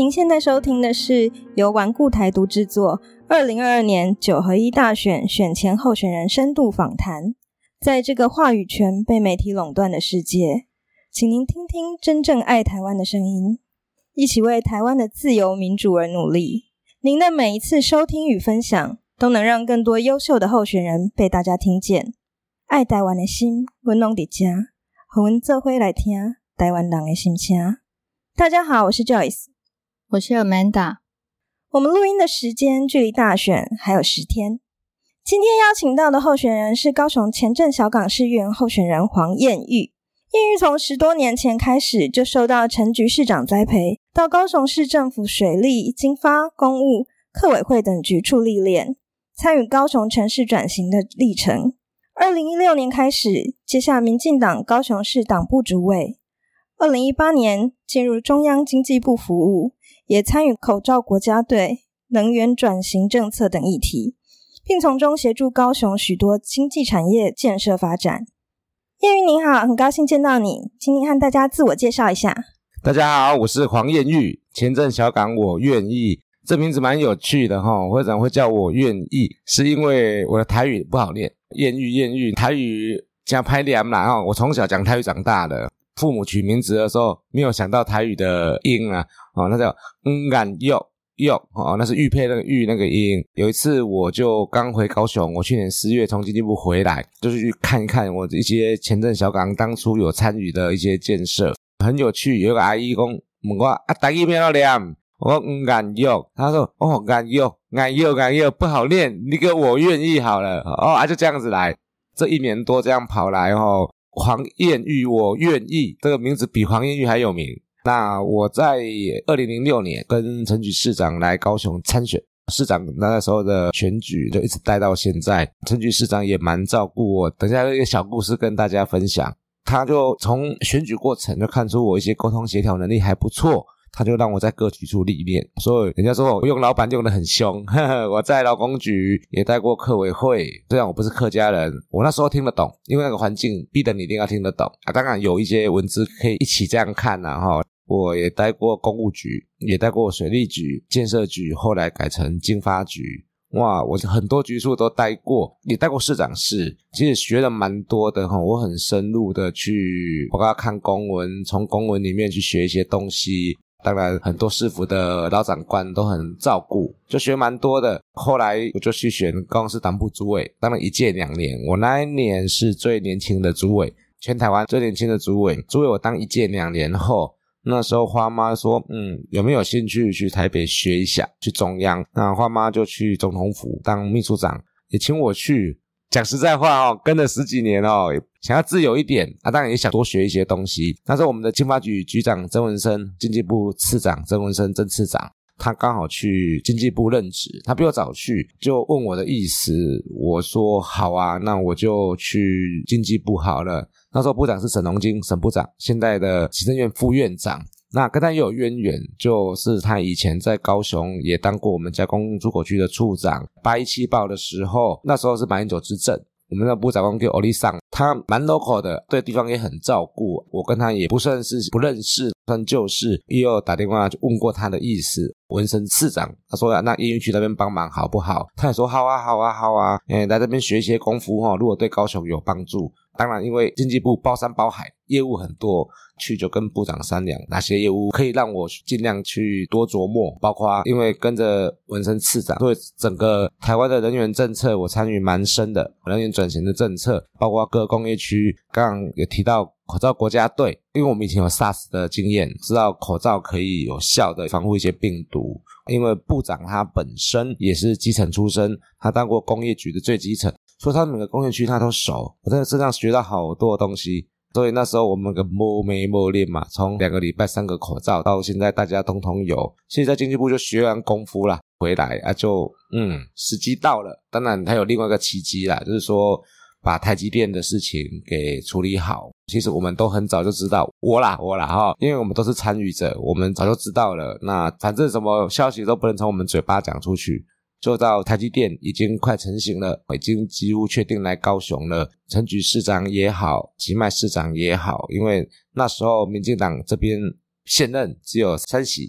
您现在收听的是由顽固台独制作2022年9合1大选选前候选人深度访谈。在这个话语权被媒体垄断的世界，请您听听真正爱台湾的声音，一起为台湾的自由民主而努力。您的每一次收听与分享，都能让更多优秀的候选人被大家听见。爱台湾的心，阮拢伫这，和阮做伙来听台湾人的心声。大家好，我是 Joyce， 我是 Amanda。 我们录音的时间距离大选还有10天。今天邀请到的候选人是高雄前镇小港市议员候选人黄燕玉。燕玉从10多年前开始就受到陈菊市长栽培，到高雄市政府水利、经发、公务、客委会等局处历练，参与高雄城市转型的历程。2016年开始接下民进党高雄市党部主委，2018年进入中央经济部服务，也参与口罩国家队、能源转型政策等议题，并从中协助高雄许多经济产业建设发展。燕玉您好，很高兴见到你，请你和大家自我介绍一下。 大家好，我是黄燕玉，前镇小港我愿意。这名字蛮有趣的齁，会长会叫我愿意，是因为我的台语不好念，燕玉台语真歹念啦齁。我从小讲台语长大的，父母取名字的时候没有想到台语的音啊，那叫眼玉那是玉佩那个玉那个音。有一次我就刚回高雄，我去年10月从经济部回来，就是去看一看我一些前镇小港当初有参与的一些建设，很有趣。有一个阿姨说问我台语要怎么念，我说眼玉，她说眼玉不好念，你给我愿意好了就这样子来。这1年多这样跑来黄燕玉我愿意这个名字比黄燕玉还有名。那我在2006年跟陈菊市长来高雄参选，市长那时候的选举就一直带到现在，陈菊市长也蛮照顾我，等一下有一个小故事跟大家分享。他就从选举过程就看出我一些沟通协调能力还不错，他就让我在各局处历练，所以人家说我用老板用得很凶我在劳工局也待过客委会，虽然我不是客家人，我那时候听得懂，因为那个环境逼得你一定要听得懂当然有一些文字可以一起这样看我也待过公务局，也待过水利局、建设局，后来改成经发局。哇，我很多局处都待过，也待过市长室，其实学了蛮多的我很深入的去包括看公文，从公文里面去学一些东西。当然很多市府的老长官都很照顾，就学蛮多的。后来我就去选高雄市党部主委，当然1届2年，我那一年是最年轻的主委，全台湾最年轻的主委我当1届2年后，那时候花妈说有没有兴趣去台北学一下，去中央。那花妈就去总统府当秘书长，也请我去。讲实在话跟了10几年想要自由一点当然也想多学一些东西。那时候我们的经发局局长曾文生，经济部次长曾文生曾次长，他刚好去经济部任职，他比我早去，就问我的意思，我说好啊，那我就去经济部好了。那时候部长是沈荣金沈部长，现在的行政院副院长。那跟他也有渊源，就是他以前在高雄也当过我们加工出口区的处长。817报的时候，那时候是马英九执政，我们的部长叫欧丽桑，他蛮 local 的，对地方也很照顾。我跟他也不算是不认识，算旧识，也有打电话就问过他的意思。文生市长他说那燕玉去那边帮忙好不好，他也说好啊来这边学一些功夫如果对高雄有帮助。当然因为经济部包山包海，业务很多，去就跟部长商量哪些业务可以让我尽量去多琢磨，包括因为跟着文生次长，对整个台湾的人员政策我参与蛮深的，人员转型的政策，包括各工业区，刚刚有提到口罩国家队，因为我们以前有 SARS 的经验，知道口罩可以有效的防护一些病毒。因为部长他本身也是基层出身，他当过工业局的最基层，所以他每个工业区他都熟，我真的身上学到好多东西。所以那时候我们没练嘛，从2个礼拜3个口罩到现在大家通通有。现在经济部就学完功夫啦，回来就时机到了。当然还有另外一个契机啦，就是说把台积电的事情给处理好。其实我们都很早就知道，我啦因为我们都是参与者，我们早就知道了。那反正什么消息都不能从我们嘴巴讲出去，就到台积电已经快成型了，已经几乎确定来高雄了。陈菊市长也好，齐迈市长也好，因为那时候民进党这边现任只有3席，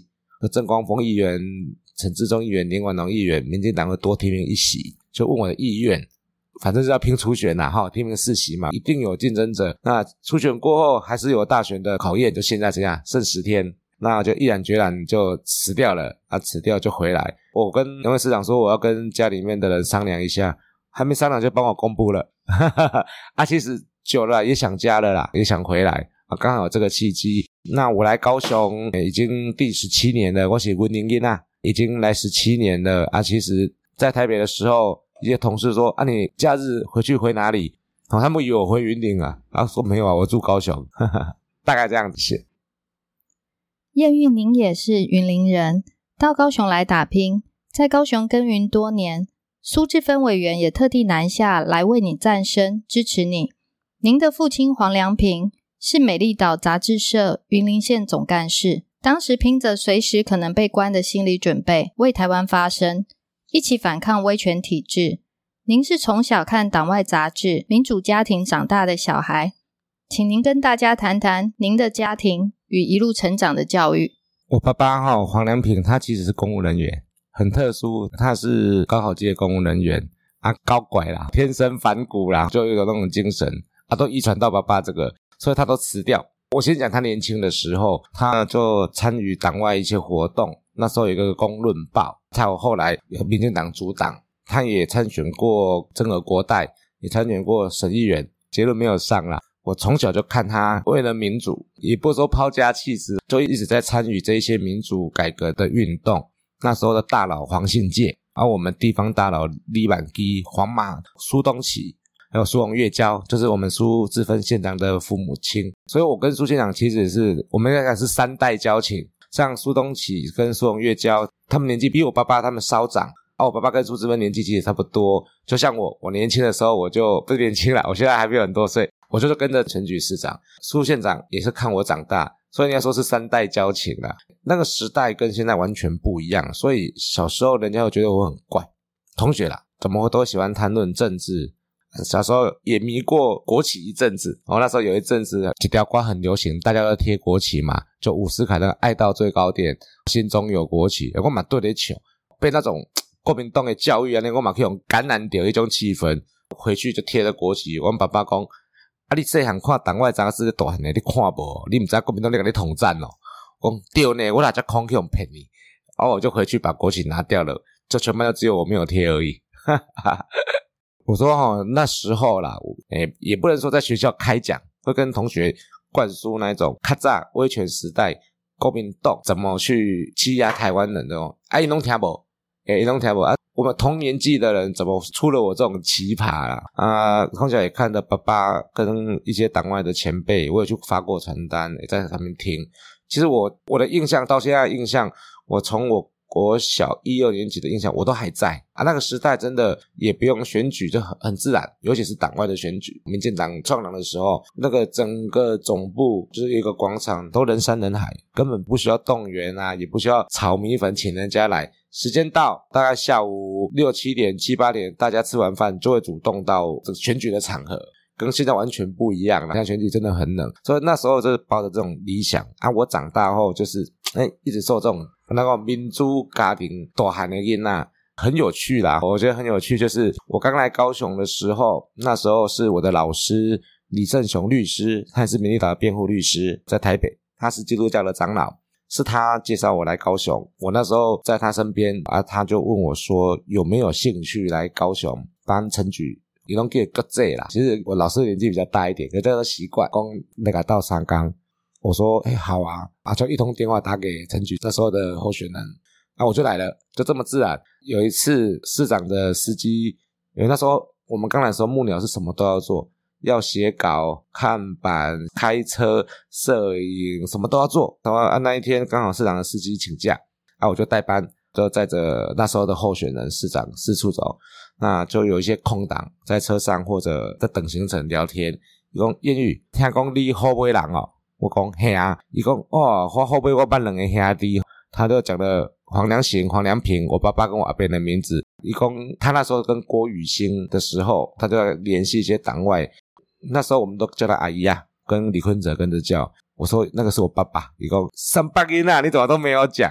郑光丰议员、陈志忠议员、林婉农议员，民进党会多提名一席，就问我的意愿。反正是要拼初选啦，提名4席嘛，一定有竞争者。那初选过后还是有大选的考验，就现在怎样，剩10天，那就毅然决然就辞掉了辞掉就回来。我跟两位市长说我要跟家里面的人商量一下，还没商量就帮我公布了其实久了也想家了啦，也想回来刚好有这个契机。那我来高雄已经第17年了，我是文林人已经来17年了其实在台北的时候，一些同事说你假日回哪里他们以为我回云林说没有我住高雄大概这样子写。 燕玉您也是云林人，到高雄来打拼，在高雄耕耘多年，苏治芬委员也特地南下来为你赞声支持你。您的父亲黄良平是美丽岛杂志社云林县总干事，当时凭着随时可能被关的心理准备，为台湾发声，一起反抗威权体制。您是从小看党外杂志、民主家庭长大的小孩，请您跟大家谈谈您的家庭与一路成长的教育。 我爸爸黄良平他其实是公务人员，很特殊，他是高考界公务人员高拐啦，天生反骨啦，就有那种精神都遗传到爸爸这个，所以他都辞掉。我先讲他年轻的时候，他就参与党外一些活动，那时候有一个公论报，才有后来民进党主党，他也参选过增额国代，也参选过省议员，结论没有上啦。我从小就看他为了民主，也不是说抛家弃子，就一直在参与这些民主改革的运动。那时候的大佬黄信介，我们地方大佬李满基、黄马、苏东启，还有苏荣月娇，就是我们苏治芬县长的父母亲。所以我跟苏县长其实是我们应该讲是3代交情。像苏东启跟苏荣月娇，他们年纪比我爸爸他们稍长我爸爸跟苏治芬年纪其实差不多。就像我年轻的时候，我就不是年轻啦，我现在还没有很多岁，我就是跟着陈菊市长，苏县长也是看我长大，所以应该说是3代交情啦。那个时代跟现在完全不一样，所以小时候人家会觉得我很怪，同学啦怎么都喜欢谈论政治。小时候也迷过国旗一阵子那时候有一阵子一条歌很流行，大家都贴国旗嘛，就伍思凯那个爱到最高点，心中有国旗，我嘛对咧唱，被那种国民党的教育我嘛可以用感染到一种气氛，回去就贴了国旗。我爸爸说你细汉看党外杂志大汉的你看无，你不知道国民党在跟你统战我说对呢，我哪只空去用骗你我就回去把国旗拿掉了，就全班就只有我没有贴而已我说那时候啦也不能说在学校开讲会跟同学灌输那种较早威权时代国民党怎么去欺压台湾人的他们都听不他们都听不我们同年纪的人怎么出了我这种奇葩啦从小也看着爸爸跟一些党外的前辈，我有去发过传单也在上面听。其实我的印象到现在的印象，我从我小1、2年级的印象我都还在那个时代真的也不用选举就很自然，尤其是党外的选举。民进党创党的时候，那个整个总部就是一个广场都人山人海，根本不需要动员也不需要炒米粉请人家来，时间到大概下午6、7点、7、8点大家吃完饭就会主动到这个选举的场合，跟现在完全不一样了。现在选举真的很冷，所以那时候就是抱着这种理想我长大后就是一直受这种那个民主家庭大汉的囡仔很有趣啦。我觉得很有趣，就是我刚来高雄的时候，那时候是我的老师李正雄律师，他也是民进党的辩护律师，在台北，他是基督教的长老，是他介绍我来高雄。我那时候在他身边他就问我说有没有兴趣来高雄帮陈菊他都叫国际啦，其实我老师的年纪比较大一点，可是大家都习惯说那个到三江。我说好就一通电话打给陈菊那时候的候选人我就来了，就这么自然。有一次市长的司机，因为那时候我们刚来的时候幕僚是什么都要做，要写稿、看板、开车、摄影，什么都要做。然后那一天刚好市长的司机请假我就代班，就载着那时候的候选人市长四处走，那就有一些空档在车上或者在等行程聊天。他说燕玉听说你好买人我说嘿他说我好买我捌2个兄弟，他就讲了黄良行、黄良平，我爸爸跟我阿伯的名字。他说他那时候跟郭雨欣的时候，他就要联系一些党外，那时候我们都叫他阿姨跟李坤哲跟着叫。我说那个是我爸爸。他说300个你怎么都没有讲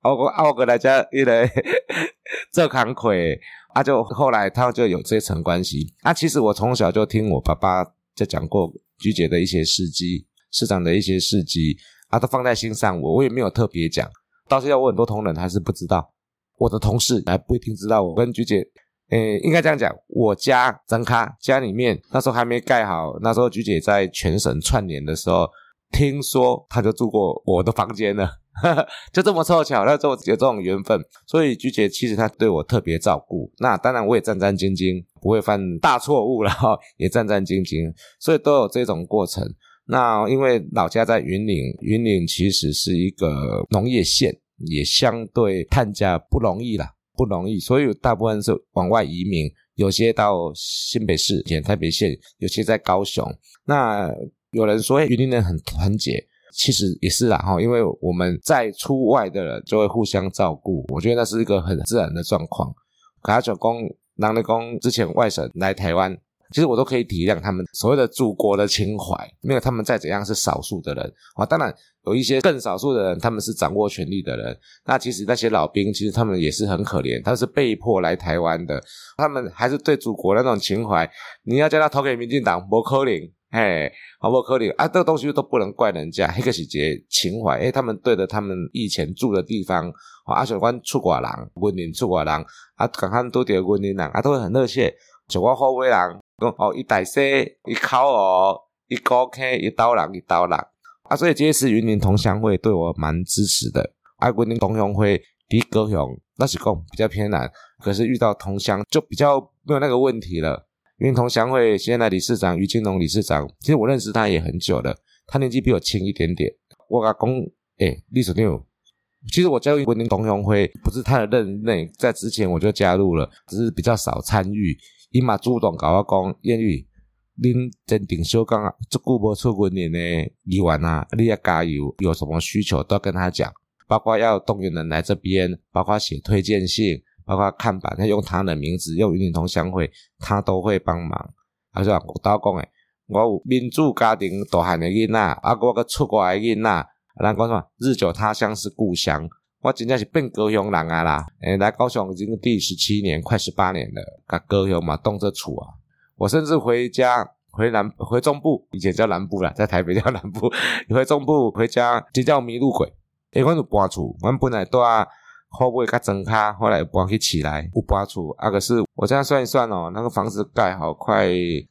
我过来这那个做工课就后来他就有这层关系其实我从小就听我爸爸就讲过菊姐的一些事迹，市长的一些事迹都放在心上，我也没有特别讲，到现在我很多同仁还是不知道，我的同事还不一定知道我跟菊姐应该这样讲，我家张咖家里面那时候还没盖好，那时候菊姐在全省串联的时候，听说她就住过我的房间了就这么凑巧，那时候有这种缘分，所以菊姐其实她对我特别照顾，那当然我也战战兢兢，不会犯大错误啦也战战兢兢，所以都有这种过程。那因为老家在云林，云林其实是一个农业县，也相对碳价不容易啦，不容易，所以大部分是往外移民，有些到新北市、台北县，有些在高雄。那有人说云林人很团结，其实也是啦因为我们在出外的人就会互相照顾，我觉得那是一个很自然的状况。可他就说人家说之前外省来台湾，其实我都可以体谅他们所谓的祖国的情怀，没有他们再怎样是少数的人当然有一些更少数的人，他们是掌握权力的人，那其实那些老兵其实他们也是很可怜，他们是被迫来台湾的，他们还是对祖国那种情怀，你要叫他投给民进党不可能不可能这个东西都不能怪人家，那个是一个情怀他们对着他们以前住的地方像我们出外人云林出外人刚刚都到云林人都会很热切，像我后尾人讲他大西他口他高坑他刀人他刀人所以这次云林同乡会对我蛮支持的云林同乡会在高雄那是讲比较偏南，可是遇到同乡就比较没有那个问题了。云林同乡会现在理事长于金龙理事长，其实我认识他也很久了，他年纪比我轻一点点，我跟他说理事长，其实我加入云林同乡会不是他的任内，在之前我就加入了，只是比较少参与，他嘛主动跟我说燕玉恁真定小港这久没出云林的议员你要加油，有什么需求都要跟他讲，包括要动员人来这边，包括写推荐信，包括看板他用他的名字，用云林同乡会他都会帮忙。他说我倒讲我有民主家庭大汉的囡仔我还出外的囡仔，咱讲什么日久他乡是故乡，我真的是变高雄人啦来高雄已经第17年快18年了，跟高雄嘛动这厝我甚至回家回中部，以前叫南部啦，在台北叫南部回中部回家真叫迷路鬼我有搬厝，我本来住后尾较庄脚，后来搬去起来有搬厝可是我这样算一算那个房子盖好快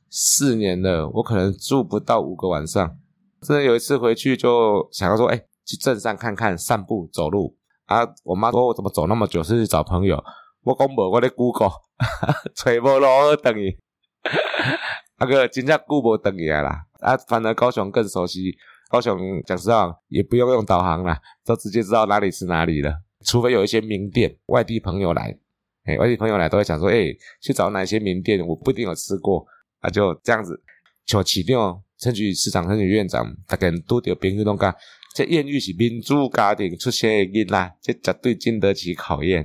4年了，我可能住不到5个晚上。真的有一次回去就想要说去镇上看看散步走路我妈说我怎么走那么久是去找朋友，我说没，我在 Google 找不路好回去真的久没回去啦反而高雄更熟悉，高雄讲实话也不用导航啦，都直接知道哪里是哪里了，除非有一些名店外地朋友来外地朋友来都会想说去找哪些名店我不一定有吃过就这样子。像市长陈菊市长陈菊院长大家遇到朋友都讲这燕玉是民主家庭出身的囡仔，这绝对经得起考验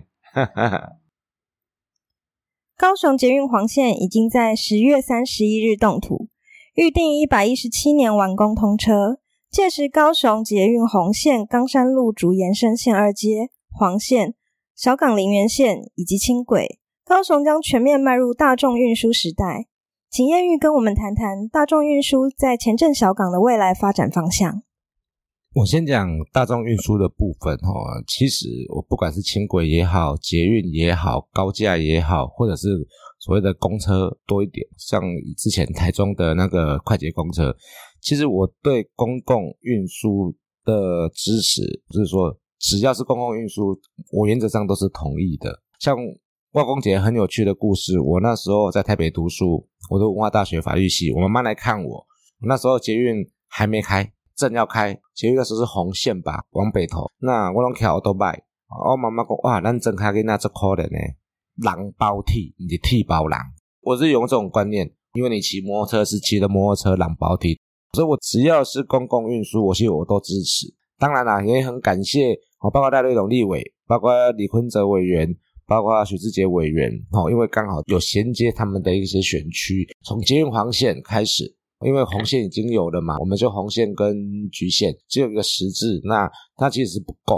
高雄捷运黄线已经在10月31日动土，预定117年完工通车，届时高雄捷运红线、冈山路竹延伸线2街、黄线、小港林园线以及轻轨，高雄将全面迈入大众运输时代。请燕玉跟我们谈谈大众运输在前镇小港的未来发展方向。 我先讲大众运输的部分其实我不管是轻轨也好，捷运也好，高架也好，或者是所谓的公车多一点，像之前台中的那个快捷公车，其实我对公共运输的支持，就是说只要是公共运输我原则上都是同意的。像外公节很有趣的故事，我那时候在台北读书，我读文化大学法律系，我妈妈来看我那时候捷运还没开，正要开，捷运那时候是红线吧，往北投，那我都骑奥多拜，我妈妈说哇咱真卡囡仔这可怜呢，人包铁不是铁包人，我是用这种观念，因为你骑摩托车是骑的摩托车人包铁，所以我只要是公共运输其实我都支持。当然啦也很感谢包括戴瑞龙立委，包括李坤哲委员，包括许志杰委员因为刚好有衔接他们的一些选区，从捷运黄线开始，因为红线已经有了嘛，我们就红线跟橘线只有一个10字，那它其实是不够的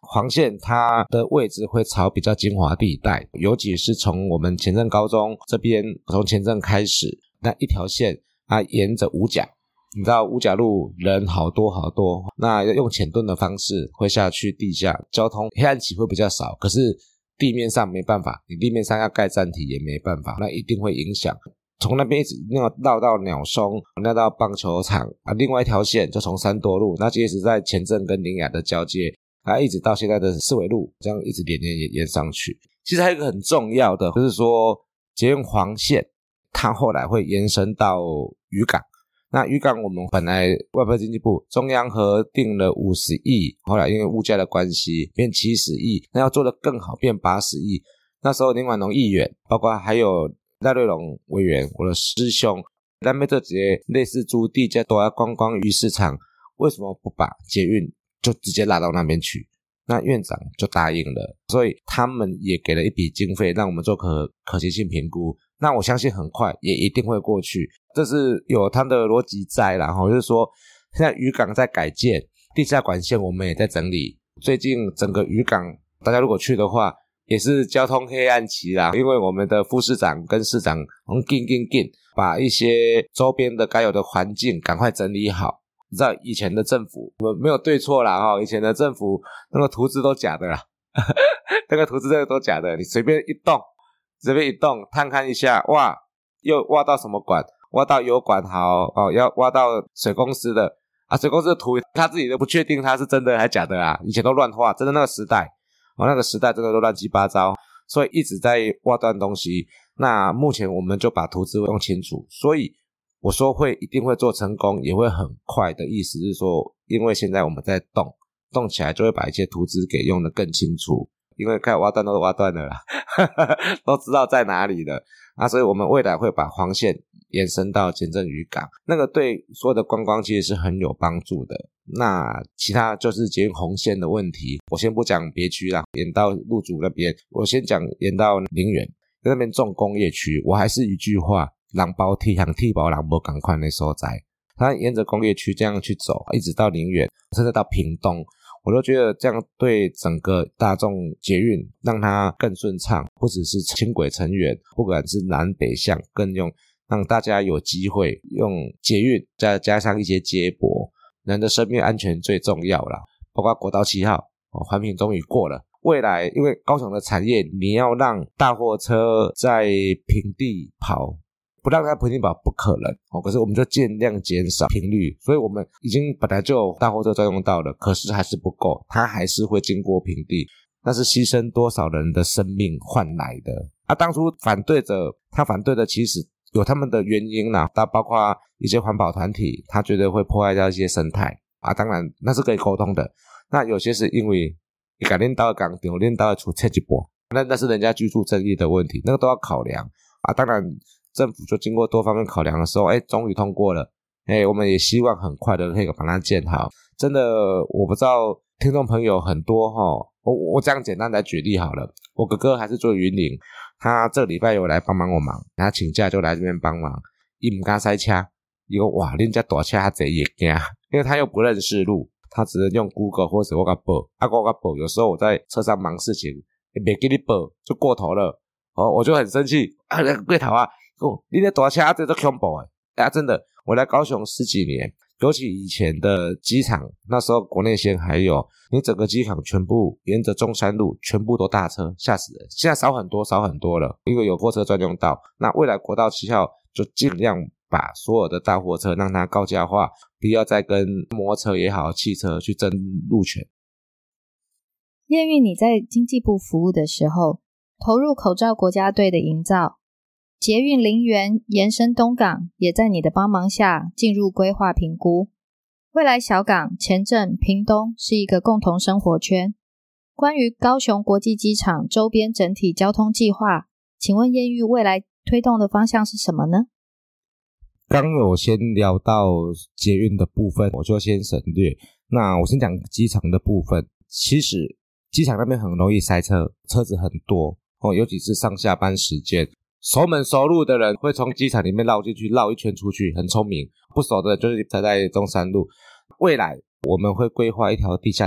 黄线它的位置会朝比较精华地带，尤其是从我们前镇高中这边，从前镇开始那一条线沿着五甲，你知道五甲路人好多好多，那要用浅盾的方式会下去地下，交通黑暗期会比较少，可是地面上没办法，你地面上要盖站体也没办法，那一定会影响。从那边一直绕到鸟松，绕到棒球场另外一条线就从三多路，那接着在前镇跟苓雅的交接一直到现在的四维路，这样一直连延上去。其实还有一个很重要的，就是说捷运黄线它后来会延伸到渔港。那渔港我们本来外部经济部中央核定了50亿，后来因为物价的关系变70亿，那要做得更好变80亿。那时候林婉农议员包括还有赖瑞隆委员，我的师兄，咱们这些类似租地价都要观光鱼市场，为什么不把捷运就直接拉到那边去？那院长就答应了，所以他们也给了一笔经费让我们做可行性评估。那我相信很快也一定会过去，这是有它的逻辑在啦，就是说现在渔港在改建，地下管线我们也在整理，最近整个渔港大家如果去的话也是交通黑暗期啦，因为我们的副市长跟市长紧把一些周边的该有的环境赶快整理好。你知道以前的政府我们没有对错啦，以前的政府那个图纸都假的啦那个图纸都假的，你随便一动探看一下，哇，又挖到什么管，挖到油管好要挖到水公司的水公司的图他自己都不确定他是真的还假的以前都乱画，真的那个时代那个时代真的都乱七八糟，所以一直在挖断东西。那目前我们就把图纸用清楚，所以我说一定会做成功，也会很快的意思是说，因为现在我们在动起来，就会把一些图纸给用得更清楚，因为该挖断都挖断了啦都知道在哪里了所以我们未来会把黄线延伸到前镇渔港，那个对所有的观光其实是很有帮助的。那其他就是捷运红线的问题，我先不讲别区啦，延到路竹那边，我先讲延到林园在那边重工业区，我还是一句话，人包铁行铁包人没同款的所在，他沿着工业区这样去走，一直到林园甚至到屏东，我都觉得这样对整个大众捷运让它更顺畅，不只是轻轨成员，不管是南北向，更让大家有机会用捷运加上一些接驳，人的生命安全最重要啦。包括国道7号环评终于过了，未来因为高雄的产业你要让大货车在平地跑，不让它平地跑不可能可是我们就尽量减少频率，所以我们已经本来就有大货车专用道了，可是还是不够，它还是会经过平地，那是牺牲多少人的生命换来的当初反对的其实有他们的原因啦，包括一些环保团体他觉得会破坏掉一些生态当然那是可以沟通的，那有些是因为你把恁岛的港场恁岛的厝拆一半，那是人家居住正义的问题，那个都要考量当然政府就经过多方面考量的时候终于通过了我们也希望很快的可以把它建好。真的我不知道听众朋友很多我这样简单来举例好了，我哥哥还是做云林，他这个礼拜有来帮忙我忙，他请假就来这边帮忙，他不敢塞车，他说哇你这大车他自己也怕，因为他又不认识路，他只能用 Google 或者我给他报我给他报，有时候我在车上忙事情没给你报就过头了我就很生气过头你这大车这都恐怖真的我来高雄10几年，尤其以前的机场，那时候国内线还有，你整个机场全部沿着中山路全部都大车，吓死人。现在少很多了，因为有货车专用道，那未来国道7号就尽量把所有的大货车让它高架化，不要再跟摩托车也好汽车去争路权。 燕玉，你在经济部服务的时候投入口罩国家队的营造，捷运林园延伸东港也在你的帮忙下进入规划评估，未来小港、前镇、屏东是一个共同生活圈。关于高雄国际机场周边整体交通计划，请问燕玉未来推动的方向是什么呢？ 刚有先聊到捷运的部分，我就先省略。那我先讲机场的部分，其实机场那边很容易塞车，车子很多尤其是上下班时间，熟门熟路的人会从机场里面绕进去，绕一圈出去，很聪明。不熟的就是塞在中山路。未来我们会规划一条地下道，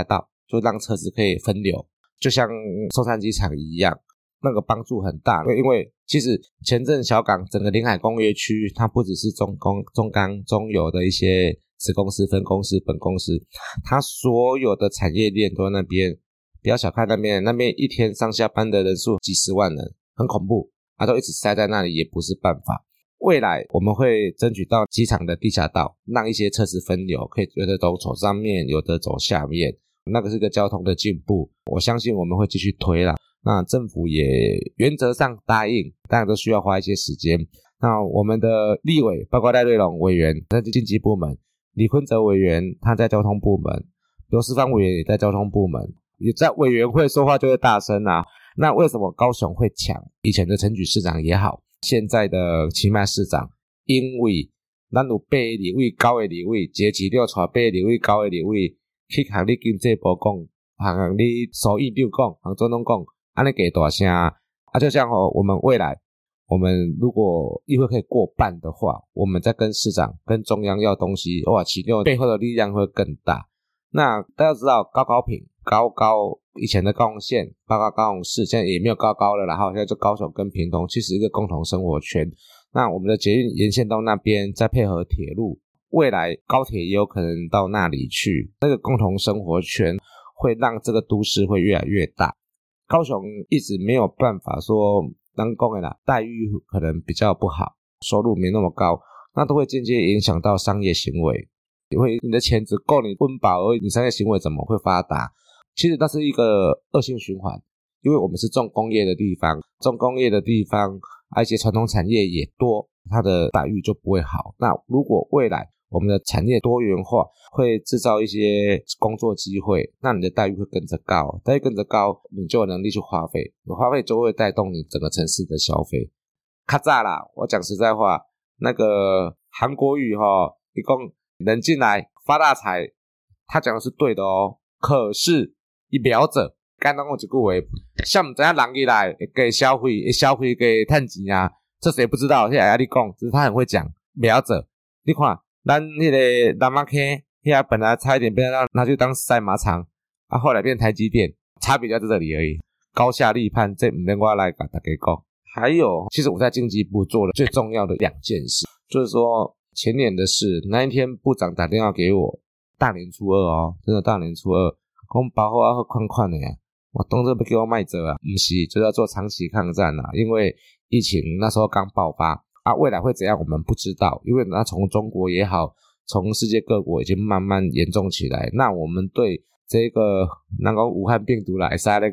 就让车子可以分流，就像松山机场一样，那个帮助很大。因为其实前镇小港整个临海工业区，它不只是中钢、中油的一些子公司、分公司、本公司，它所有的产业链都在那边。不要小看那边一天上下班的人数几十万人，很恐怖啊，都一直塞在那里也不是办法。未来我们会争取到机场的地下道，让一些车子分流，可以有的走上面，有的走下面，那个是个交通的进步，我相信我们会继续推啦。那政府也原则上答应，当然都需要花一些时间。那我们的立委包括赖瑞隆委员在经济部门，李坤哲委员他在交通部门，刘世芳委员也在交通部门，也在委员会说话就会大声啊。那为什么高雄会抢？以前的陈菊市长也好，现在的奇迈市长，因为咱有8个立委、9个立委，节期6带8个立委、9个立委去向你经济部讲，向你苏议长讲，向总统讲，安尼加大声啊！就像我们未来，我们如果议会可以过半的话，我们再跟市长、跟中央要东西，哇，其中背后的力量会更大。那大家知道高屏、以前的高雄县，包括高雄市，现在也没有高了啦，现在就高雄跟屏东其实一个共同生活圈。那我们的捷运沿线到那边，再配合铁路，未来高铁也有可能到那里去，那个共同生活圈会让这个都市会越来越大。高雄一直没有办法说能讲的啦，待遇可能比较不好，收入没那么高，那都会间接影响到商业行为，因为你的钱只够你温饱而已，你商业行为怎么会发达？其实那是一个恶性循环，因为我们是重工业的地方，一些传统产业也多，它的待遇就不会好。那如果未来我们的产业多元化，会制造一些工作机会，那你的待遇会跟着高，待遇跟着高，你就有能力去花费，有花费就会带动你整个城市的消费。较早啦，我讲实在话，那个韩国瑜你说人进来发大财，他讲的是对的哦，可是他瞄着简单讲一句话，像不知道人进来给消费给赚钱啊，这谁不知道？现在你讲，只是他很会讲，瞄着你看咱那个南马 K 那本来差一点被他拿去当赛马场后来变台积电，差别在这里而已，高下立判，这不能我来跟大家讲。还有其实我在经济部做了最重要的2件事，就是说前年的事，那一天部长打电话给我，大年初2真的大年初2，说包好好款款的呀，我当作要给我卖走啊，不是，就是要做长期抗战啊，因为疫情那时候刚爆发未来会怎样我们不知道，因为那从中国也好，从世界各国已经慢慢严重起来，那我们对这个那个武汉病毒来在讲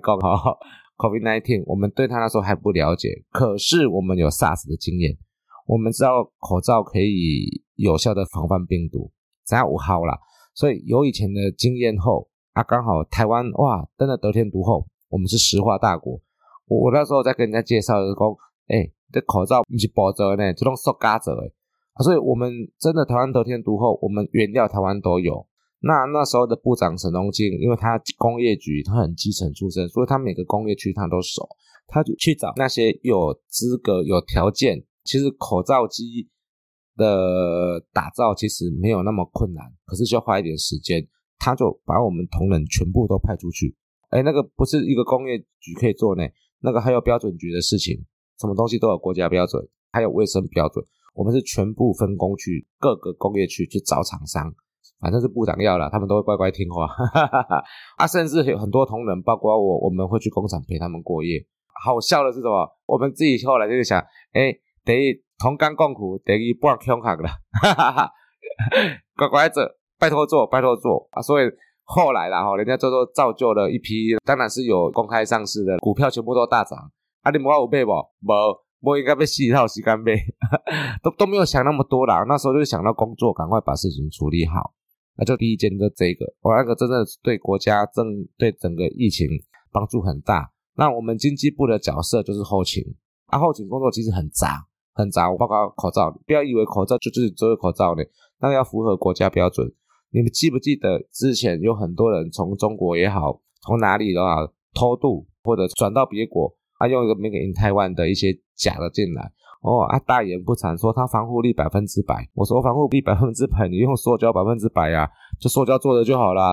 COVID-19 我们对它那时候还不了解，可是我们有 SARS 的经验，我们知道口罩可以有效的防范病毒，怎样有效啦，所以有以前的经验后刚好台湾哇真的得天独厚，我们是石化大国。我那时候在跟人家介绍就是说这口罩不是包着的呢，这种塑胶做的所以我们真的台湾得天独厚，我们原料台湾都有。那时候的部长沈荣金，因为他工业局他很基层出身，所以他每个工业区他都熟，他就去找那些有资格有条件，其实口罩机的打造其实没有那么困难，可是需要花一点时间，他就把我们同仁全部都派出去。那个不是一个工业局可以做呢，那个还有标准局的事情，什么东西都有国家标准，还有卫生标准，我们是全部分工去各个工业区去找厂商，反正是部长要啦，他们都会乖乖听话甚至有很多同仁包括我们会去工厂陪他们过夜。好笑的是什么？我们自己后来就想第一同甘共苦，第二半恐吓啦乖乖做，拜托做所以后来啦人家都造就了一批，当然是有公开上市的股票全部都大涨你问我有买不？没应该被4套时间买都没有想那么多啦，那时候就想到工作赶快把事情处理好，那就第一件就这个那个真的对国家对整个疫情帮助很大。那我们经济部的角色就是后勤后勤工作其实很杂，包括口罩，不要以为口罩就是只有口罩呢，那个要符合国家标准。你们记不记得之前有很多人从中国也好，从哪里都好偷渡或者转到别国用一个 Make in Taiwan 的一些假的进来大言不惭说它防护力100%，我说防护力100%你用塑胶100%就塑胶做的就好啦，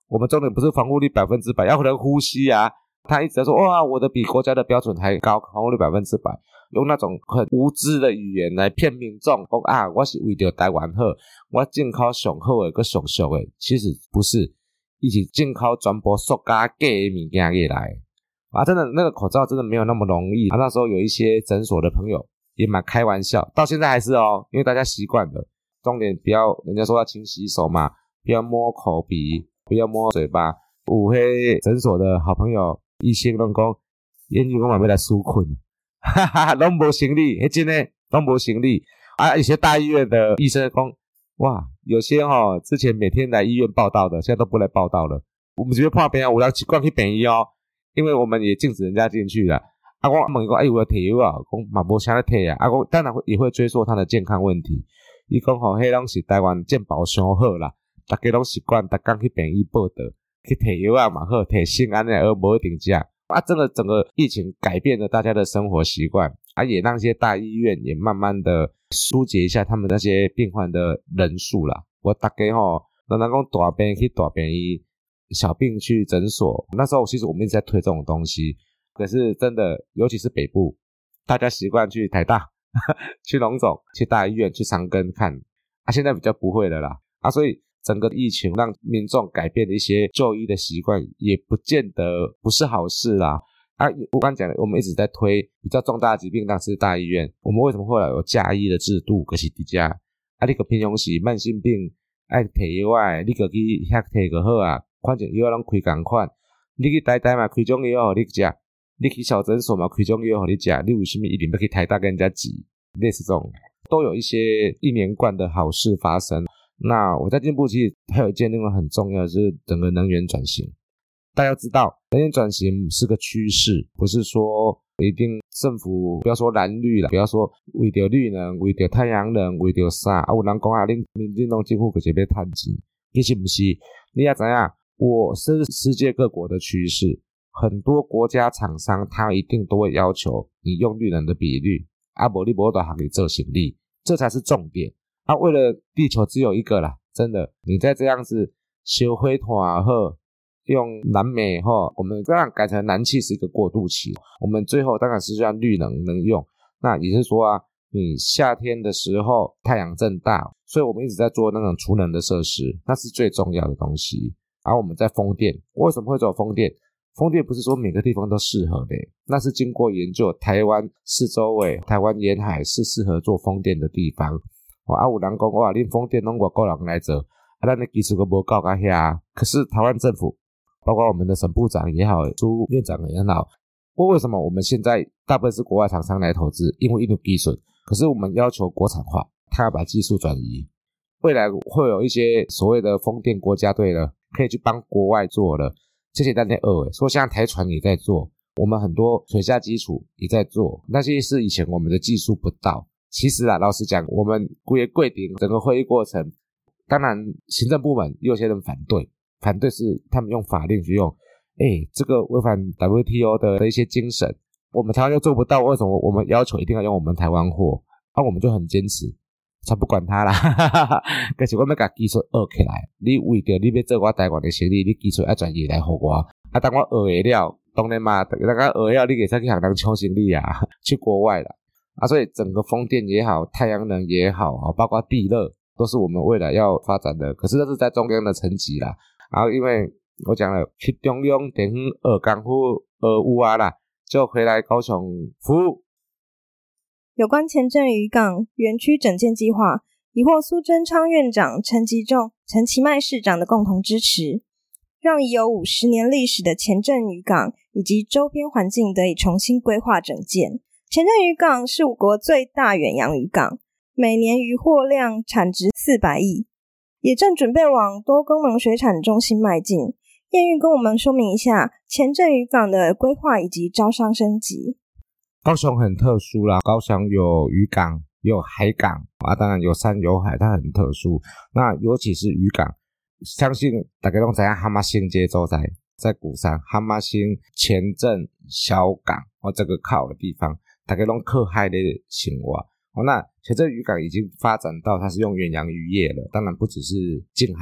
我们重点不是防护力100%，要能呼吸啊。他一直在说哇，我的比国家的标准还高，防护力100%，用那种很无知的语言来骗民众，说啊，我是为了台湾好，我进口上好的跟上俗的，其实不是，一起进口全部塑胶假的物件过来啊！真的那个口罩真的没有那么容易啊！那时候有一些诊所的朋友也蛮开玩笑，到现在还是哦，因为大家习惯了，重点不要人家说要勤洗手嘛，不要摸口鼻，不要摸嘴巴。有些诊所的好朋友医生都说燕玉我嘛要来纾困，哈哈，都没行李，真的都没行李啊！有些大医院的医生说哇，有些之前每天来医院报道的，现在都不来报道了。我们这边怕病啊，有人习惯去病医哦，因为我们也禁止人家进去了。啊，我问他有没有提药啊？讲嘛没啥在提啊。啊，我当然也会追溯他的健康问题。他讲迄拢是台湾健保上好啦，大家拢习惯，大家去病医报道，去提药啊嘛好，提心安的而无一定吃。啊，真的整个疫情改变了大家的生活习惯，啊，也让一些大医院也慢慢的疏解一下他们那些病患的人数啦。我大家人讲大病去大病医，小病去诊所。那时候其实我们一直在推这种东西，可是真的，尤其是北部，大家习惯去台大、去荣总、去大医院、去长庚看，啊，现在比较不会了啦，啊，所以整个疫情让民众改变了一些就医的习惯，也不见得不是好事啦。啊，我刚讲的，我们一直在推比较重大的疾病，当然是大医院。我们为什么后来有假医的制度？可是伫遮，啊，你个平常时慢性病爱摕药啊，你个去遐摕就好啊。反正药拢开同款，你去台大嘛开种药互你食，你去小诊所嘛开种药互你食，你为什么一定要去台大跟人家挤？类似这种，都有一些一连贯的好事发生。那我在进步其实还有一件另外很重要的是整个能源转型。大家要知道能源转型是个趋势，不是说一定政府不要说蓝绿啦，不要说为了绿能，为了太阳能，为了啥啊，有人讲啊恁拢政府就是要赚钱，其实不是。你也知道我是世界各国的趋势，很多国家厂商他一定都会要求你用绿能的比率，啊不你没办法给做生意，这才是重点。啊，为了地球只有一个啦，真的，你再这样子烧火炭好，用燃煤后，我们这样改成燃气是一个过渡期，我们最后当然是让绿能能用。那也就是说啊，你夏天的时候太阳正大，所以我们一直在做那种储能的设施，那是最重要的东西。然后我们在风电，为什么会走风电？风电不是说每个地方都适合的，那是经过研究，台湾四周围台湾沿海是适合做风电的地方。啊，有人讲哇，恁风电拢外国人来做，啊，咱的技术都无到到遐。可是台湾政府，包括我们的省部长也好，朱院长也好，为什么我们现在大部分是国外厂商来投资？因为一定有技术，可是我们要求国产化，他要把技术转移。未来会有一些所谓的风电国家队了，可以去帮国外做了。这些大家说像台船也在做，我们很多水下基础也在做，那些是以前我们的技术不到。其实啊，老实讲，我们规定整个会议过程，当然行政部门也有些人反对是他们用法令去用，这个违反 WTO 的一些精神，我们台湾又做不到，为什么我们要求一定要用我们台湾货？啊，我们就很坚持，才不管他啦，可是我们把技术学起来，你为着你要做我台湾的生意，你技术要转移来给我，啊，当我学会了，当然嘛，大家学会了，你可以再去向人抢生意啊，去国外啦。啊，所以整个风电也好，太阳能也好，包括地热，都是我们未来要发展的。可是这是在中央的层级啦。然后因为我讲了，去中央电风工府有啊啦，就回来高雄服务。 有关前镇渔港园区整建计划，已获苏贞昌院长、陈吉仲、陈其迈市长的共同支持，让已有50年历史的前镇渔港以及周边环境得以重新规划整建。前镇渔港是我国最大远洋渔港，每年渔获量产值400亿，也正准备往多功能水产中心迈进。燕玉跟我们说明一下前镇渔港的规划以及招商升级。 高雄很特殊啦，高雄有渔港，有海港啊，当然有山有海，它很特殊。那尤其是渔港，相信大家都知道蛤蟆新街所在鼓山，蛤蟆新前镇小港这个靠的地方。大家都靠海的生活，那前镇渔港已经发展到它是用远洋渔业了，当然不只是近海，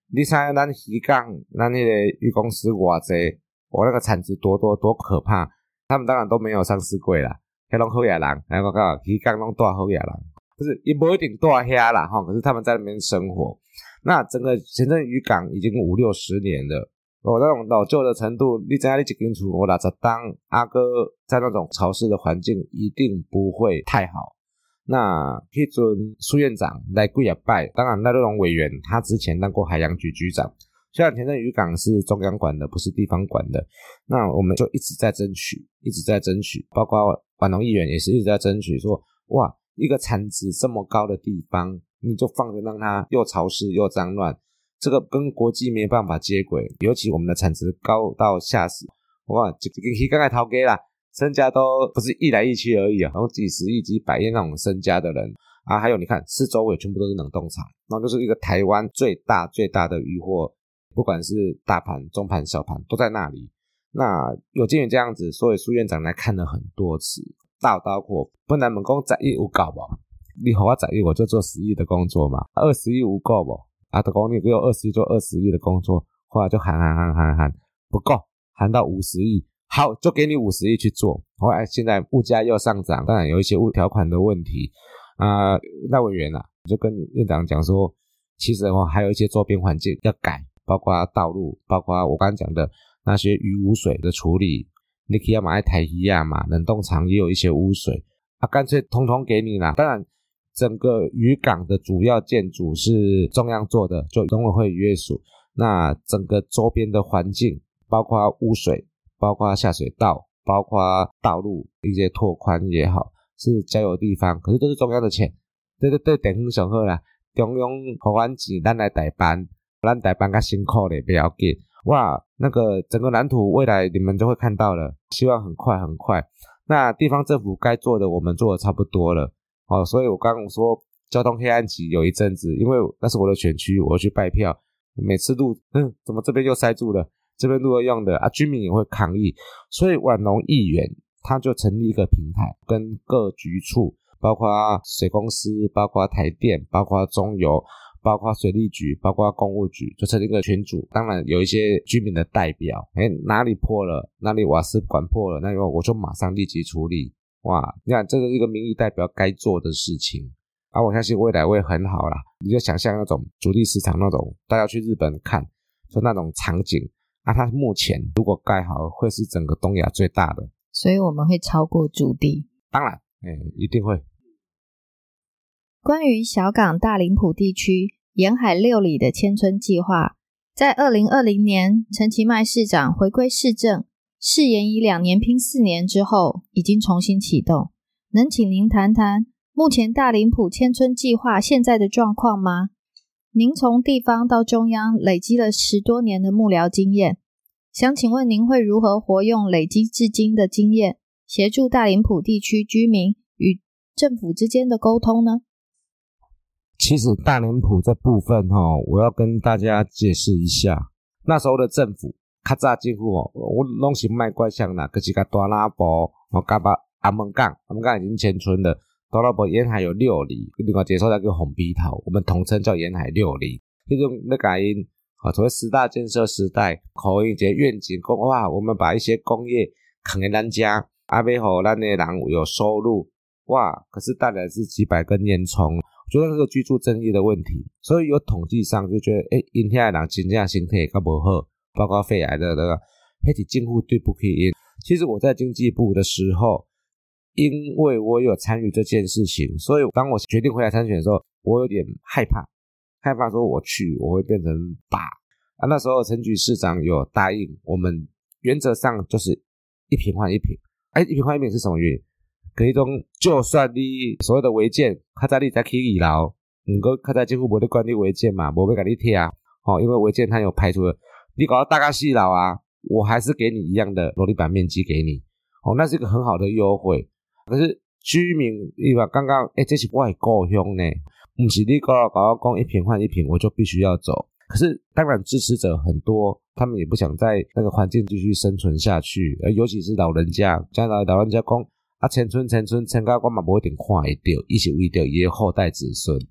你知咱渔港咱那个渔公司偌济，我那个产值多可怕，他们当然都没有上市柜啦，那拢好野人，然后讲渔港拢住好野人，不是也不一定住遐啦齁，可是他们在那边生活。那整个前镇渔港已经50-60年了，那种老旧的程度，你知道你一间厝50-60档，哥在那种潮湿的环境一定不会太好。那迄阵苏院长来几啊摆，当然那种委员他之前当过海洋局局长，虽然前镇渔港是中央管的，不是地方管的，那我们就一直在争取，包括万隆议员也是一直在争取说，哇，一个产值这么高的地方，你就放着让它又潮湿又脏乱，这个跟国际没办法接轨，尤其我们的产值高到吓死，哇，这个鱼缸的头家啦，身家都不是亿来亿去而已啊，然后几十亿几百亿那种身家的人啊，还有你看四周围全部都是冷冻厂，然后就是一个台湾最大的渔获，不管是大盘中盘小盘都在那里。那有鉴于这样子，所以苏院长来看了很多次，大刀阔本来问讲10亿有够无，你给我10亿我就做10亿的工作嘛，20亿有够无啊，就讲你给我20亿做20亿的工作，后来就喊不够，喊到50亿，好，就给你50亿去做。后来现在物价又上涨，当然有一些条款的问题那委员就跟院长讲说，其实还有一些周边环境要改，包括道路，包括我刚刚讲的那些鱼污水的处理，你可以要买台鱼嘛，冷冻厂也有一些污水干脆通通给你啦。当然整个渔港的主要建筑是中央做的，就农委会渔业署，那整个周边的环境包括污水，包括下水道，包括道路一些拓宽也好，是交由地方，可是都是中央的钱。对，地方上好啦，中央给我们钱咱来代办，咱代办较辛苦咧，不要紧。哇，那个整个蓝图未来你们就会看到了，希望很快。那地方政府该做的我们做的差不多了所以我刚刚说交通黑暗期有一阵子，因为那是我的选区，我去拜票，每次路怎么这边又塞住了，这边路又用的居民也会抗议，所以万隆议员他就成立一个平台，跟各局处，包括水公司，包括台电，包括中油，包括水利局，包括公务局，就成立一个群组，当然有一些居民的代表，哪里破了，哪里瓦斯管破了，那我就马上立即处理。哇，你看这个是一个民意代表该做的事情我相信未来会很好啦。你就想象那种主力市场那种大家去日本看就那种场景它目前如果盖好会是整个东亚最大的， 所以我们会超过主地， 当然一定会。 关于小港大林埔地区沿海6里的迁村计划，在2020年陈其迈市长回归市政，誓言以2年拼4年之后，已经重新启动。能请您谈谈目前大林埔迁村计划现在的状况吗？您从地方到中央累积了10多年的幕僚经验，想请问您会如何活用累积至今的经验，协助大林埔地区居民与政府之间的沟通呢？ 其实大林埔这部分我要跟大家解释一下，那时候的政府较早政府我拢是卖怪像啦，可是甲大拉埔甲阿门港已经迁村了，大拉埔沿海有6里，另外一个所在叫红鼻头，我们统称叫沿海6里。迄种要甲因所谓10大建设时代可以一个愿景说，哇，我们把一些工业扛给咱家要让咱的人有收入，哇，可是带来是几百根烟囱，我觉得这个居住正义的问题，所以有统计上就觉得因遐的人真正身体较不好，包括肺癌的那个那是政府对不起因。其实我在经济部的时候，因为我有参与这件事情，所以当我决定回来参选的时候，我有点害怕说我去我会变成靶那时候陈局市长有答应我们，原则上就是一坪换一坪一坪换一坪是什么原因？可以说就算你所谓的违建较早你才去2楼，不过较早政府没在管你违建嘛，没要给你贴因为违建它有排除了，你搞到大概4楼我还是给你一样的楼地板面积给你那是一个很好的优惠。可是居民伊话刚刚这是我的故乡呢，不是你跟我讲一坪换一坪我就必须要走。可是当然支持者很多，他们也不想在那个环境继续生存下去，尤其是老人家，将来老人家讲迁村迁到我嘛不一定看会到，伊是为着伊的后代子孙。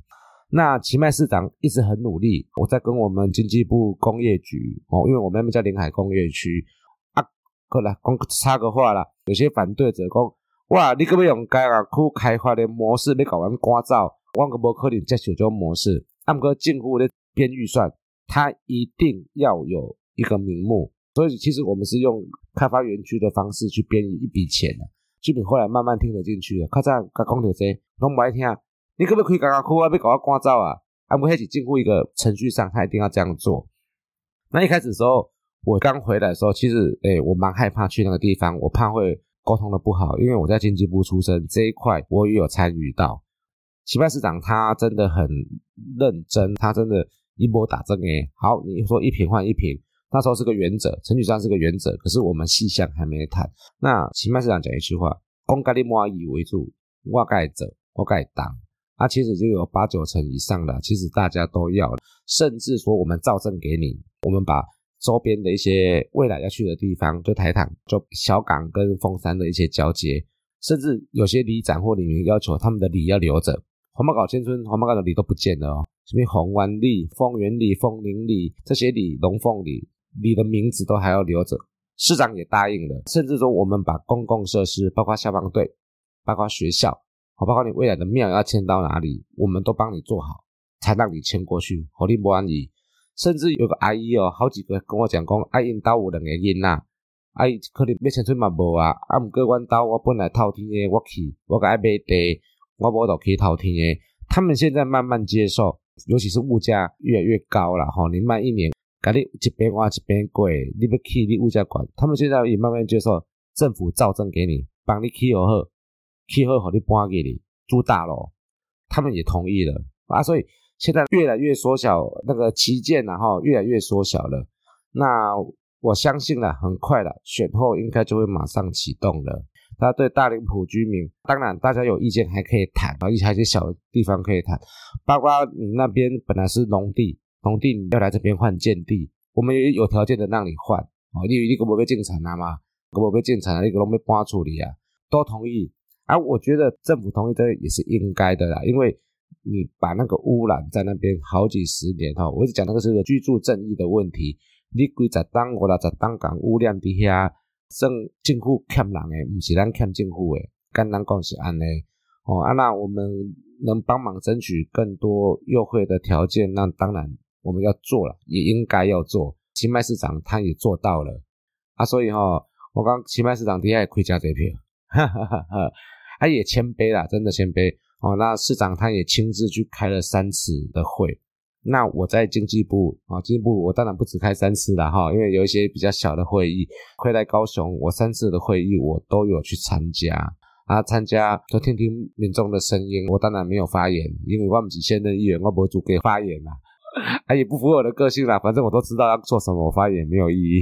那奇迈市长一直很努力，我在跟我们经济部工业局因为我们那边叫临海工业区过来讲插个话啦，有些反对者讲哇，你可不可以用该区开发的模式要搞完赶走，我可不可能接受这种模式？不过政府的编预算，它一定要有一个名目，所以其实我们是用开发园区的方式去编一笔钱的。居民后来慢慢听得进去了，较早甲讲到这拢不爱听，你可不可以开区要搞我赶走啊？不那是政府一个程序上，他一定要这样做。那一开始的时候，我刚回来的时候，其实我蛮害怕去那个地方，我怕会沟通的不好，因为我在经济部出身，这一块我也有参与到。奇迈市长他真的很认真，他真的一波打针好，你说一坪换一坪，那时候是个原则，程序上是个原则，可是我们细项还没谈。那奇迈市长讲一句话，讲跟你满意为主，我该走，我该当。其实就有8-9成以上的，其实大家都要了，甚至说我们造证给你，我们把周边的一些未来要去的地方，就台糖，就小港跟凤山的一些交接，甚至有些里长或里民要求他们的里要留着，黄毛港新村黄毛港的里都不见了什么红湾里、丰原里、丰宁里，这些里、龙凤里的名字都还要留着，市长也答应了，甚至说我们把公共设施，包括消防队，包括学校，包括你未来的庙要迁到哪里，我们都帮你做好，才让你迁过去，让你不安逸。甚至有个阿姨好几个跟我讲说因家有2个囡仔，阿姨可能要迁出嘛无不过阮家我本来透天的，我去我该买地，我无就去透天的。他们现在慢慢接受，尤其是物价越来越高了你慢一年给你一边挖一边贵，你要起你物价管，他们现在也慢慢接受，政府造证给你，帮你起好，起好给你搬给你住大楼，他们也同意了所以现在越来越缩小，那个旗舰越来越缩小了。那我相信很快选后应该就会马上启动了。那对大林埔居民，当然大家有意见还可以谈，还有一些小的地方可以谈，包括你那边本来是农地你要来这边换建地，我们也有条件的让你换你有没有进产嘛？没有进产你都要搬出来都同意我觉得政府同意这也是应该的啦，因为你把那个污染在那边好几十年我一直讲那个是个居住正义的问题，你几十档50档港污染在那算政府欠人的，不是咱欠政府的，简单讲是这样那我们能帮忙争取更多优惠的条件，那当然我们要做了，也应该要做。奇迈市长他也做到了所以我刚奇迈市长底下也开加这票他也谦卑啦，真的谦卑那市长他也亲自去开了3次的会。那我在经济部经济部我当然不只开3次啦因为有一些比较小的会议，回来高雄我3次的会议我都有去参加参加就听听民众的声音，我当然没有发言，因为我不是现任议员，我没资格发言也不符合我的个性啦，反正我都知道要做什么，我发言没有意义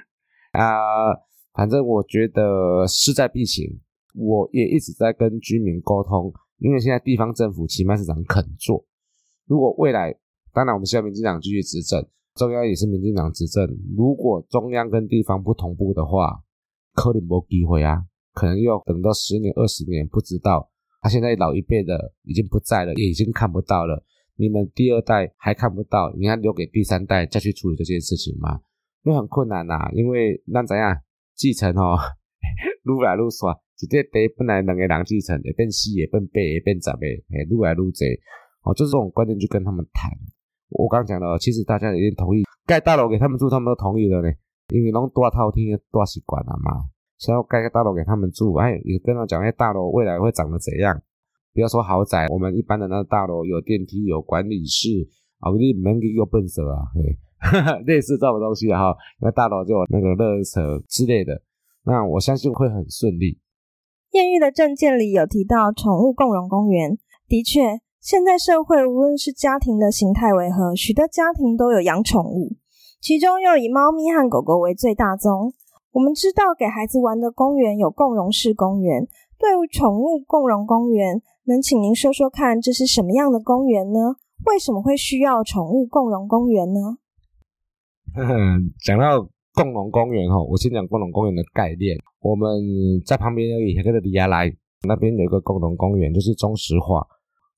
反正我觉得势在必行，我也一直在跟居民沟通，因为现在地方政府奇迈市长肯做，如果未来当然我们希望民进党继续执政，中央也是民进党执政，如果中央跟地方不同步的话，可能没机会可能又等到10年20年不知道现在老一辈的已经不在了，也已经看不到了，你们第2代还看不到，你看留给第3代再去处理这件事情吗？因为很困难因为咱怎样继承愈来愈刷，一个地本来2个人继承会变4个变8个变10个愈来愈多就是这种观念去跟他们谈。我刚讲了，其实大家已经同意盖大楼给他们住，他们都同意了呢，因为都住透天住习惯了嘛，想要盖个大楼给他们住也跟他讲大楼未来会长得怎样，不要说豪宅，我们一般的那个大楼有电梯有管理室你不能给我笨蛇类似这种东西因为大楼就有那个垃圾之类的，那我相信会很顺利。 艳遇的政见里有提到宠物共融公园，的确现在社会无论是家庭的形态为何，许多家庭都有养宠物，其中又以猫咪和狗狗为最大宗。我们知道给孩子玩的公园有共融式公园，对于宠物共融公园，能请您说说看这是什么样的公园呢？为什么会需要宠物共融公园呢？ 讲到共融公园我先讲共融公园的概念。我们在旁边而已，那个里亚来那边有一个共融公园，就是中石化。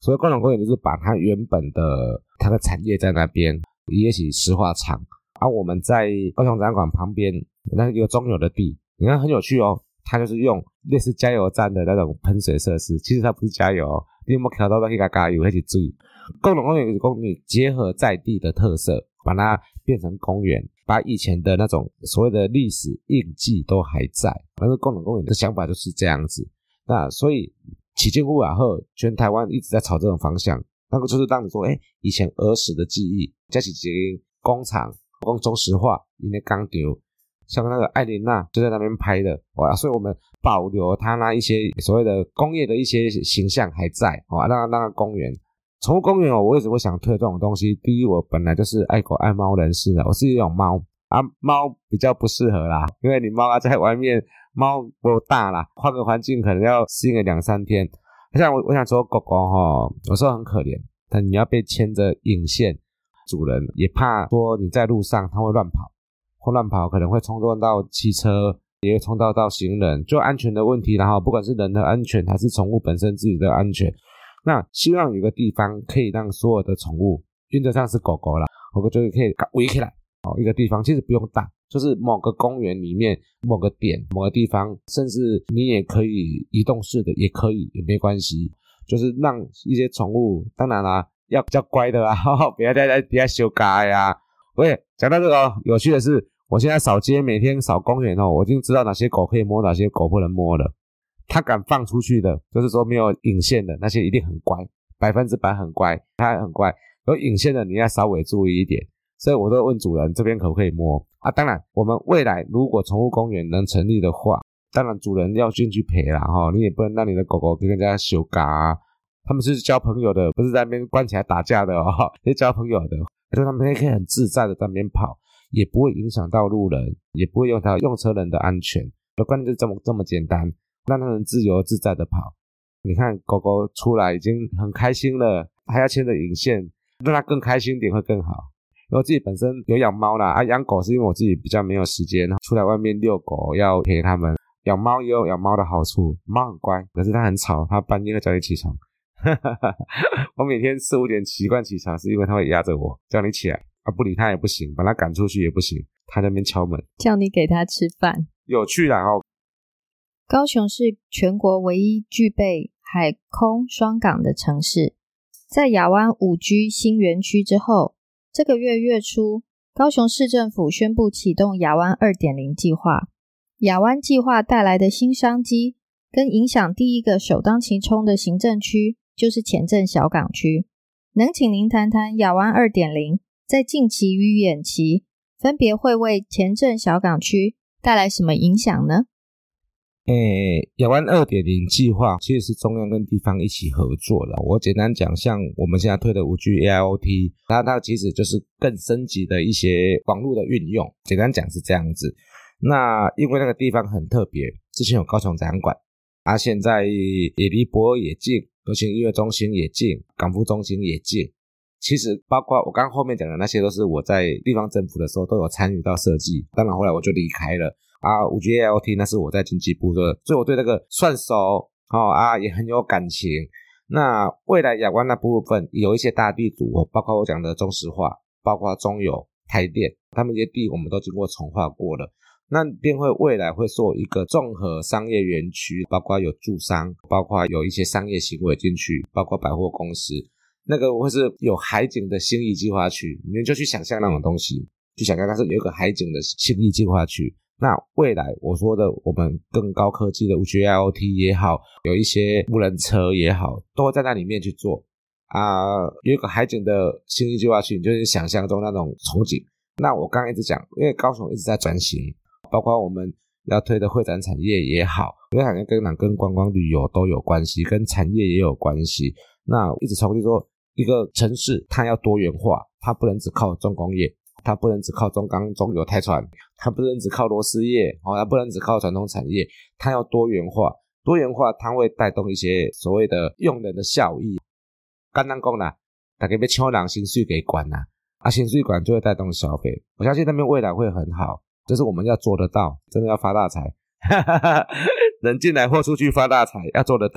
所以工农公园就是把它原本的它的产业在那边，也是石化厂啊。我们在高雄展览馆旁边那一个中油的地，你看很有趣哦，它就是用类似加油站的那种喷水设施，其实它不是加油哦，你有没有看到那个加油那是水？工农公园就是说你结合在地的特色，把它变成公园，把以前的那种所谓的历史印记都还在。但是工农公园的想法就是这样子。那所以起建户啊后，全台湾一直在朝这种方向，那个就是让你说以前儿时的记忆，这是一个工厂讲中石化他们的工厂，像那个艾琳娜就在那边拍的哇，所以我们保留它那一些所谓的工业的一些形象还在哇，让那个公园宠物公园我为什么会想推这种东西？第一，我本来就是爱狗爱猫人士的，我是一种猫啊，猫比较不适合啦，因为你猫啊在外面，猫不大啦，换个环境可能要适应个2-3天。像我想说狗狗有时候很可怜，但你要被牵着引线，主人也怕说你在路上它会乱跑，或乱跑可能会冲撞到汽车，也会冲撞到行人，就安全的问题，然后不管是人的安全还是宠物本身自己的安全。那希望有个地方可以让所有的宠物，原则上是狗狗啦，我觉得可以围起来一个地方，其实不用大，就是某个公园里面某个点某个地方，甚至你也可以移动式的也可以，也没关系，就是让一些宠物，当然啦要比较乖的啦，不要在底下修改呀。喂，讲到这个有趣的是，我现在扫街每天扫公园我已经知道哪些狗可以摸，哪些狗不能摸了。他敢放出去的，就是说没有引线的那些一定很乖，100%很乖，他很乖。有引线的你要稍微注意一点，所以我都问主人这边可不可以摸啊？当然我们未来如果宠物公园能成立的话，当然主人要进去陪啦你也不能让你的狗狗跟人家修嘎啊，他们是交朋友的，不是在那边关起来打架的是交朋友的，就他们可以很自在的在那边跑，也不会影响到路人，也不会用到用车人的安全，观念就这么简单，让他们自由自在的跑。你看狗狗出来已经很开心了，还要牵着引线，让它更开心点会更好。因为我自己本身有养猫啦养狗是因为我自己比较没有时间出来外面遛狗要陪它们，养猫也有养猫的好处，猫很乖，可是它很吵，它半夜会叫你起床我每天4-5点习惯起床，是因为它会压着我叫你起来不理它也不行，把它赶出去也不行，它在那边敲门叫你给它吃饭， 有趣啦高雄是全国唯一具备海空双港的城市。在亚湾5G 新园区之后，这个月初，高雄市政府宣布启动亚湾 2.0 计划。亚湾计划带来的新商机跟影响第一个首当其冲的行政区就是前镇小港区。能请您谈谈亚湾 2.0 在近期与远期分别会为前镇小港区带来什么影响呢？ 亚湾 2.0 计划其实是中央跟地方一起合作的。我简单讲，像我们现在推的 5G AIoT， 它其实就是更升级的一些网络的运用，简单讲是这样子。那因为那个地方很特别，之前有高雄展览馆现在也离博尔也近，流行音乐中心也近，港府中心也近。其实包括我刚刚后面讲的那些都是我在地方政府的时候都有参与到设计，当然后来我就离开了5G AIoT 那是我在经济部的，所以我对那个算熟也很有感情。那未来亚湾那部分有一些大地主包括我讲的中石化，包括中油、台电，他们这些地我们都经过重划过了，那便会未来会做一个综合商业园区，包括有住商，包括有一些商业行为进去，包括百货公司，那个会是有海景的信义计划区，你们就去想象那种东西，去想象它是有一个海景的信义计划区。那未来我说的我们更高科技的 5G IoT 也好，有一些无人车也好，都会在那里面去做有一个海景的信义计划区，你就是想象中那种憧憬。那我刚刚一直讲，因为高雄一直在转型，包括我们要推的会展产业也好，会展产业跟观光旅游都有关系，跟产业也有关系。那一直从说一个城市它要多元化，它不能只靠重工业，它不能只靠中钢、中油、台船，它不能只靠螺丝业它不能只靠传统产业，它要多元化。多元化它会带动一些所谓的用人的效益。简单讲啦，大家要抢人薪水给管啦薪水管就会带动消费。我相信那边未来会很好，这是我们要做得到，真的要发大财人进来或出去发大财要做得到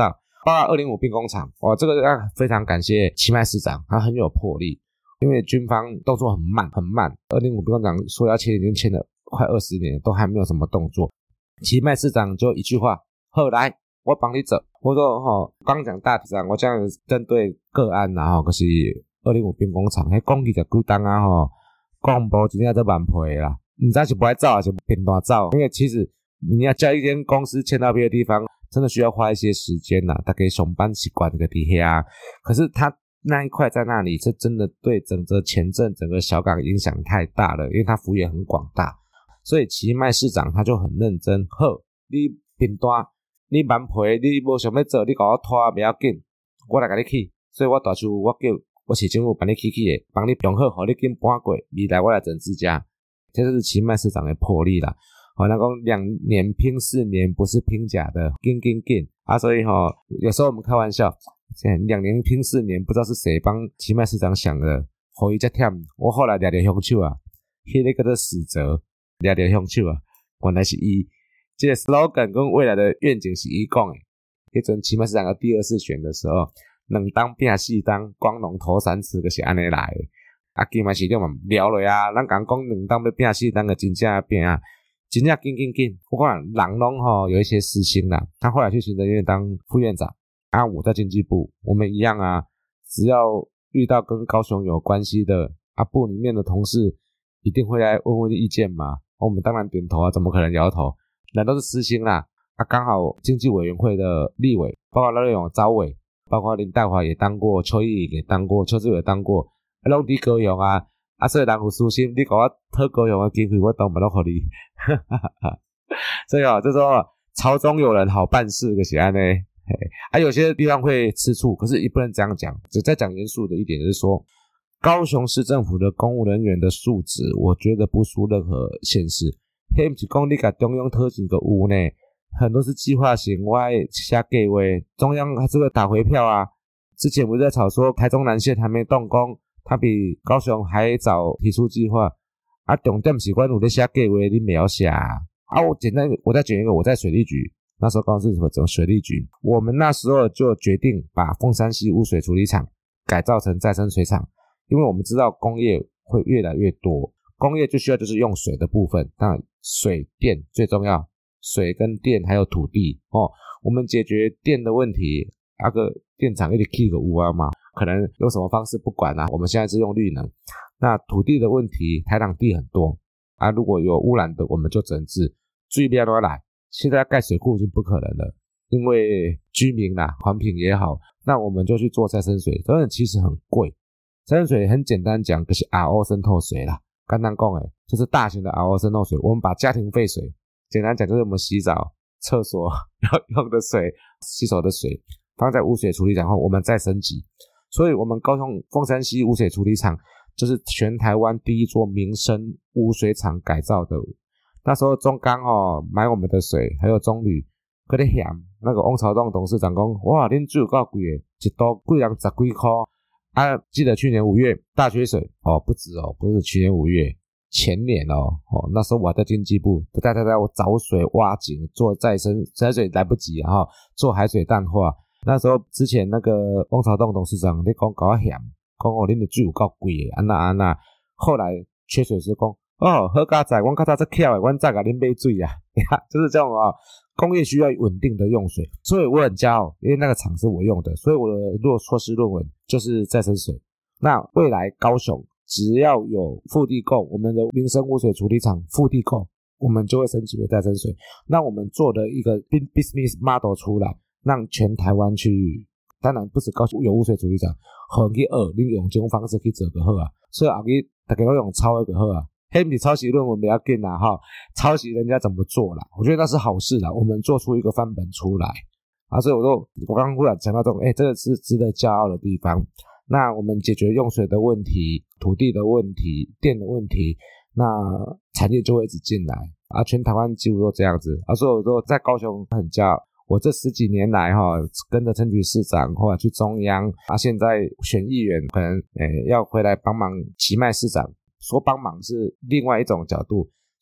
包括205兵工厂，这个要非常感谢奇迈市长，他很有魄力，因为军方动作很慢，205兵工厂说要签已经签了快20年，都还没有什么动作。奇迈市长就一句话，好来，我帮你做。我说刚讲大体上，我这样针对个案啦就是205兵工厂，迄讲20几档啊公布真正都蛮赔啦，不知道是不爱走还是变大走，因为其实你要叫一间公司迁到别的地方，真的需要花一些时间啦，大概上班习惯这个地下，可是他那一块在那里，这真的对整个前镇整个小港影响太大了，因为它幅员很广大，所以奇迈市长他就很认真，好，你变大，你蛮赔，你无想要做，你给我拖不要紧，我来给你去，所以我大手我叫我市政府帮你起的，帮你用好，给你紧搬过，未来我来整治家，这就是奇迈市长的魄力啦。那讲2年拼4年，不是拼假的，紧啊！所以有时候我们开玩笑，2年拼4年，不知道是谁帮奇迈市长想的，互伊才忝。我后来抓到凶手啊，迄个叫做死者，抓到凶手啊，原来是伊。这个 slogan 跟未来的愿景是伊讲的。迄阵奇迈市长的第2次选的时候，2当拼4当，光荣头3次就是安尼来的。啊，奇迈市长嘛聊了啊，咱讲2当要拼4当的真正拼啊。真正紧，我看人拢有一些私心啦。他后来去行政院当副院长啊，我在经济部，我们一样啊。只要遇到跟高雄有关系的部里面的同事，一定会来问意见嘛。我们当然点头啊，怎么可能摇头？人都是私心啦。刚好经济委员会的立委，包括那种招委，包括林岱华也当过，邱毅也当过，邱志伟也当过，拢伫高雄啊。所以人有私心，你给我讨高雄的机会，我当不到给你。所以这说朝中有人好办事就是这样有些地方会吃醋，可是也不能这样讲。只在讲严肃的一点就是说，高雄市政府的公务人员的素质，我觉得不输任何县市。那不是说你给中央特勤就有呢，很多是计划型，我写计划，中央还是会打回票啊。之前不是在吵说台中南线还没动工，他比高雄还早提出计划重点是我有在写计划，你没有写我再举一个，我在水利局，那时候高雄市整水利局，我们那时候就决定把凤山溪污水处理厂改造成再生水厂，因为我们知道工业会越来越多，工业最需要就是用水的部分，当然水电最重要，水跟电还有土地我们解决电的问题，个电厂一直起个有嘛，可能用什么方式不管我们现在是用绿能。那土地的问题，台港地很多如果有污染的我们就整治，水不要乱来，现在要盖水库已经不可能了，因为居民环评也好，那我们就去做再生水，当然其实很贵，再生水很简单讲就是 RO 渗透水啦，简单讲就是大型的 RO 渗透水，我们把家庭废水，简单讲就是我们洗澡厕所要用的水，洗手的水放在污水处理厂后，我们再升级。所以我们高雄凤山溪污水处理厂就是全台湾第一座民生污水厂改造的。那时候中钢买我们的水，还有中铝搁咧嫌，那个翁朝栋董事长讲，哇，恁水有够贵的，一度贵人10几块记得去年5月大缺水不止不是去年5月，前年那时候我还在经济部，带我找水挖井做再生水来不及做海水淡化。那时候之前那个翁朝栋董事长你讲搞我嫌，讲恁的水有够贵的，安那后来缺水时讲好佳哉，阮较早这巧的，阮早甲恁买水啊就是这种工业需要稳定的用水，所以我很骄傲，因为那个厂是我用的，所以我的硕士论文就是再生水。那未来高雄只要有腹地够，我们的民生污水处理厂腹地够，我们就会升级为再生水。那我们做的一个 business model 出来，让全台湾去，当然不是高雄有污水处理厂，好去你用这种方式去做就好所以后日大家都用抄的就好那不是抄袭论文不要紧抄袭人家怎么做啦，我觉得那是好事啦，我们做出一个范本出来所以我刚刚忽然讲到这种这个是值得骄傲的地方。那我们解决用水的问题，土地的问题，电的问题，那产业就会一直进来全台湾几乎都这样子所以我说在高雄很骄傲，我这10几年来跟着陈局市长后来去中央现在选议员可能要回来帮忙奇迈市长，说帮忙是另外一种角度，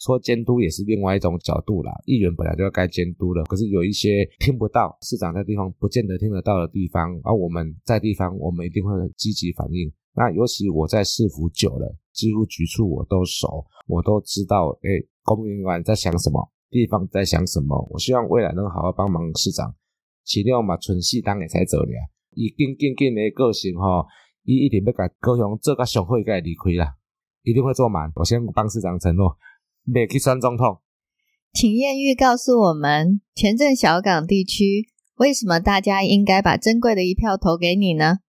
说监督也是另外一种角度啦，议员本来就要该监督了，可是有一些听不到，市长在地方不见得听得到的地方，而我们在地方我们一定会积极反应。那尤其我在市府久了，几乎局处我都熟，我都知道公务员在想什么，地方在想什么。我希望未来能好好帮忙市长，市长嘛剩4当会使做了，伊紧的个性他一定要把高雄做到上好才会离开啦，一定会做满。我先帮市长承诺没去选总统。 请燕玉告诉我们，前镇小港地区为什么大家应该把珍贵的一票投给你呢？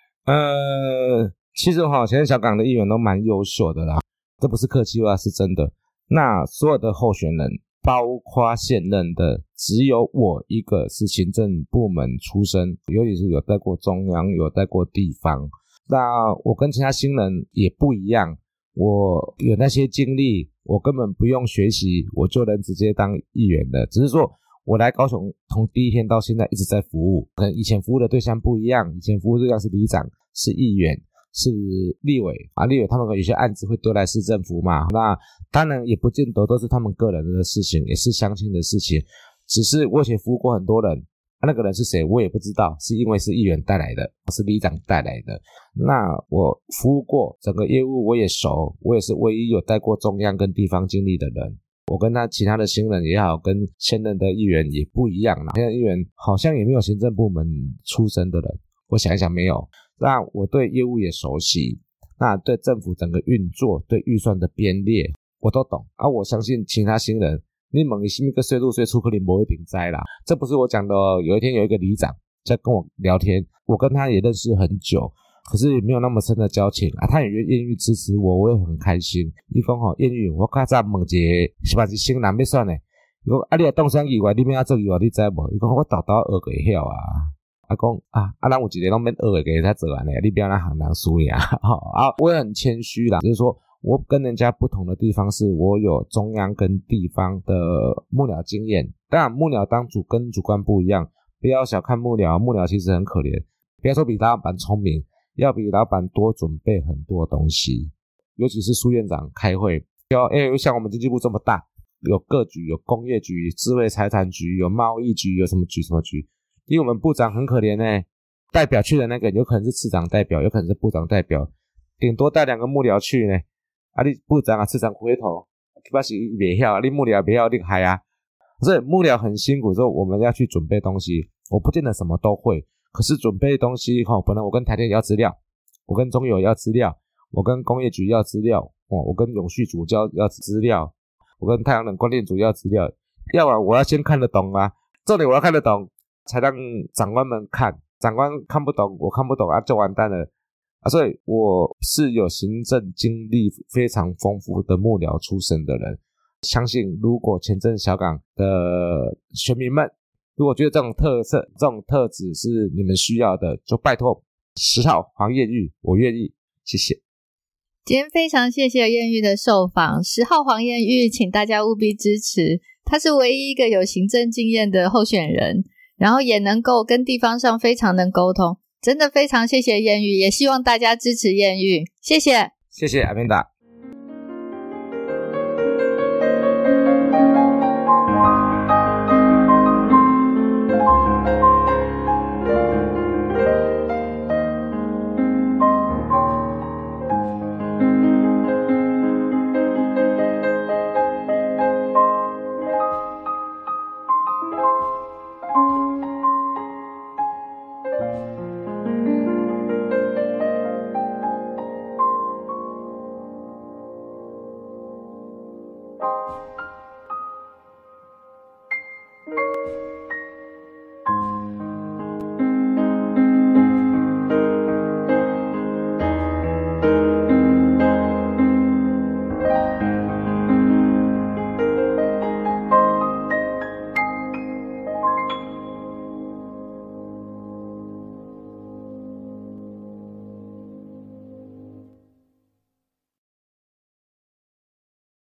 其实前镇小港的议员都蛮优秀的啦，这不是客气话，是真的。那所有的候选人，包括现任的，只有我一个是行政部门出身，尤其是有带过中央，有带过地方。那我跟其他新人也不一样，我有那些经历，我根本不用学习，我就能直接当议员的。只是说我来高雄从第一天到现在一直在服务，可能以前服务的对象不一样，以前服务对象是里长，是议员，是立委立委他们有些案子会丢来市政府嘛，那当然也不见得都是他们个人的事情，也是乡亲的事情，只是我以前服务过很多人，那个人是谁我也不知道，是因为是议员带来的，是里长带来的。那我服务过整个业务我也熟，我也是唯一有带过中央跟地方经历的人。我跟其他的新人也好，跟现任的议员也不一样啦，现在议员好像也没有行政部门出身的人，我想一想没有。那我对业务也熟悉，那对政府整个运作，对预算的编列我都懂我相信其他新人你问什么个税入税出可能不会定灾啦，这不是我讲的有一天有一个里长在跟我聊天，我跟他也认识很久，可是也没有那么深的交情他也愿意支持我，我也很开心。他说燕玉我较早问一个是不是新人要选的，他说你来当选议员你要做议员你知无，他说我豆豆学过晓说咱有一个都免学的给他做完你不要让行人输赢我也很谦虚啦，就是说我跟人家不同的地方是我有中央跟地方的幕僚经验，当然幕僚当主跟主官不一样，不要小看幕僚，幕僚其实很可怜，不要说比老板聪明，要比老板多准备很多东西，尤其是苏院长开会像我们经济部这么大，有各局，有工业局，智慧财产局，有贸易局，有什么局什么局，因为我们部长很可怜代表去的那个有可能是次长代表，有可能是部长代表，顶多带2个幕僚去你部长次长回头基本是不晓，你幕僚不晓你害所以幕僚很辛苦，说我们要去准备东西，我不见得什么都会，可是准备东西本来我跟台电要资料，我跟中油要资料，我跟工业局要资料我跟永续组要资料，我跟太阳能光电组要资料，要我要先看得懂重点我要看得懂才让长官们看，长官看不懂我看不懂就完蛋了所以我是有行政经历非常丰富的幕僚出身的人，相信如果前镇小港的选民们如果觉得这种特色这种特质是你们需要的，就拜托10号黄燕玉，我愿意，谢谢。 今天非常谢谢燕玉的受访，10号黄燕玉请大家务必支持，他是唯一一个有行政经验的候选人，然后也能够跟地方上非常能沟通，真的非常谢谢燕玉，也希望大家支持燕玉，谢谢， 谢谢阿明达。